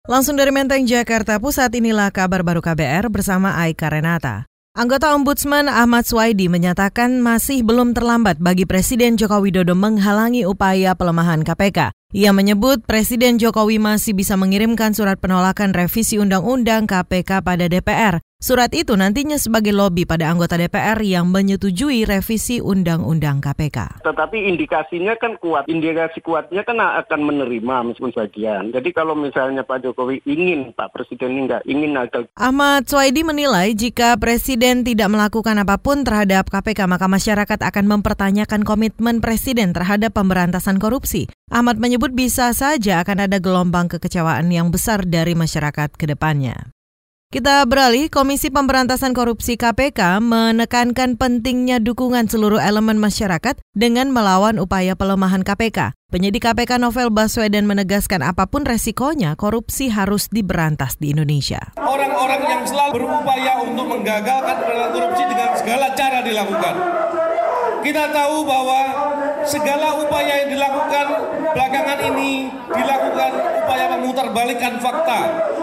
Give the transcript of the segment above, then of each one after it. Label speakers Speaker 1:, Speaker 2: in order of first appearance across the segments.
Speaker 1: Langsung dari Menteng, Jakarta Pusat, inilah kabar baru KBR bersama Aika Renata. Anggota Ombudsman Ahmad Swaidi menyatakan masih belum terlambat bagi Presiden Joko Widodo menghalangi upaya pelemahan KPK. Ia menyebut Presiden Jokowi masih bisa mengirimkan surat penolakan revisi Undang-Undang KPK pada DPR. Surat itu nantinya sebagai lobi pada anggota DPR yang menyetujui revisi Undang-Undang KPK.
Speaker 2: Tetapi indikasinya kan kuat. Indikasi kuatnya kan akan menerima meskipun bagian. Jadi kalau misalnya Pak Jokowi ingin, Pak Presiden ini nggak ingin agar...
Speaker 1: Ahmad Swaidi menilai jika Presiden tidak melakukan apapun terhadap KPK, maka masyarakat akan mempertanyakan komitmen Presiden terhadap pemberantasan korupsi. Ahmad menyebut bisa saja akan ada gelombang kekecewaan yang besar dari masyarakat ke depannya. Kita beralih, Komisi Pemberantasan Korupsi KPK menekankan pentingnya dukungan seluruh elemen masyarakat dengan melawan upaya pelemahan KPK. Penyidik KPK Novel Baswedan menegaskan apapun resikonya, korupsi harus diberantas di Indonesia.
Speaker 3: Orang-orang yang selalu berupaya untuk menggagalkan pemberantasan korupsi dengan segala cara dilakukan. Kita tahu bahwa segala upaya yang dilakukan belakangan ini dilakukan upaya memutarbalikkan fakta.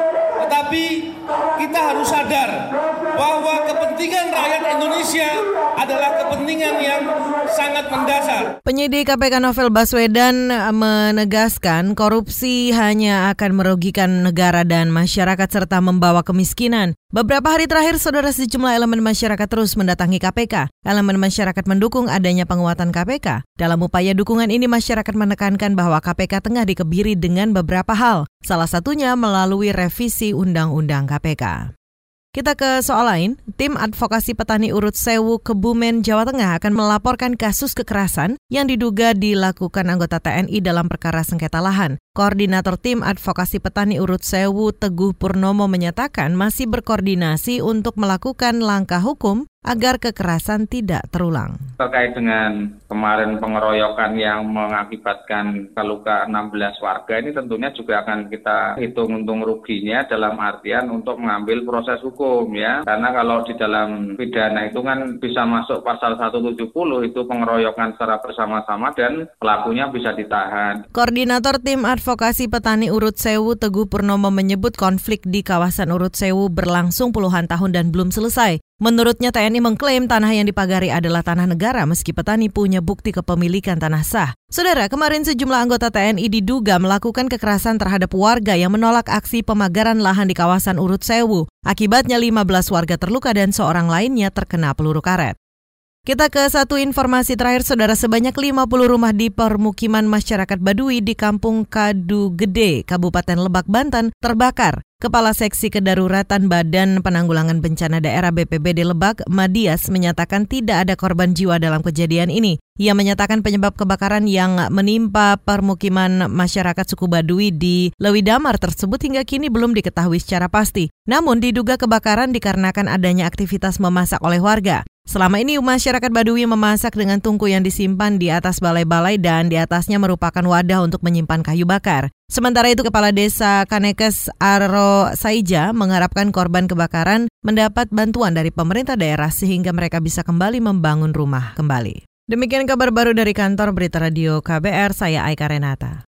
Speaker 3: Tetapi kita harus sadar bahwa kepentingan rakyat Indonesia adalah kepentingan yang sangat mendasar.
Speaker 1: Penyidik KPK Novel Baswedan menegaskan korupsi hanya akan merugikan negara dan masyarakat serta membawa kemiskinan. Beberapa hari terakhir, saudara, sejumlah elemen masyarakat terus mendatangi KPK. Elemen masyarakat mendukung adanya penguatan KPK. Dalam upaya dukungan ini, masyarakat menekankan bahwa KPK tengah dikebiri dengan beberapa hal. Salah satunya melalui revisi Undang-Undang KPK. Kita ke soal lain, tim advokasi petani urut Sewu Kebumen, Jawa Tengah akan melaporkan kasus kekerasan yang diduga dilakukan anggota TNI dalam perkara sengketa lahan. Koordinator tim advokasi petani urut Sewu Teguh Purnomo menyatakan masih berkoordinasi untuk melakukan langkah hukum agar kekerasan tidak terulang.
Speaker 4: Terkait dengan kemarin pengeroyokan yang mengakibatkan luka 16 warga, ini tentunya juga akan kita hitung untung ruginya dalam artian untuk mengambil proses hukum ya. Karena kalau di dalam pidana itu kan bisa masuk pasal 170 itu pengeroyokan secara bersama-sama dan pelakunya bisa ditahan.
Speaker 1: Koordinator tim advokasi petani urut Sewu Teguh Purnomo menyebut konflik di kawasan urut Sewu berlangsung puluhan tahun dan belum selesai. Menurutnya, TNI mengklaim tanah yang dipagari adalah tanah negara meski petani punya bukti kepemilikan tanah sah. Saudara, kemarin sejumlah anggota TNI diduga melakukan kekerasan terhadap warga yang menolak aksi pemagaran lahan di kawasan urut Sewu. Akibatnya 15 warga terluka dan seorang lainnya terkena peluru karet. Kita ke satu informasi terakhir, saudara. Sebanyak 50 rumah di permukiman masyarakat Baduy di Kampung Kadu Gede, Kabupaten Lebak, Banten, terbakar. Kepala Seksi Kedaruratan Badan Penanggulangan Bencana Daerah BPBD Lebak, Madias, menyatakan tidak ada korban jiwa dalam kejadian ini. Ia menyatakan penyebab kebakaran yang menimpa permukiman masyarakat suku Baduy di Lewidamar tersebut hingga kini belum diketahui secara pasti. Namun diduga kebakaran dikarenakan adanya aktivitas memasak oleh warga. Selama ini masyarakat Baduy memasak dengan tungku yang disimpan di atas balai-balai dan di atasnya merupakan wadah untuk menyimpan kayu bakar. Sementara itu, Kepala Desa Kanekes Aro Saija mengharapkan korban kebakaran mendapat bantuan dari pemerintah daerah sehingga mereka bisa kembali membangun rumah kembali. Demikian kabar baru dari kantor Berita Radio KBR, saya Aika Renata.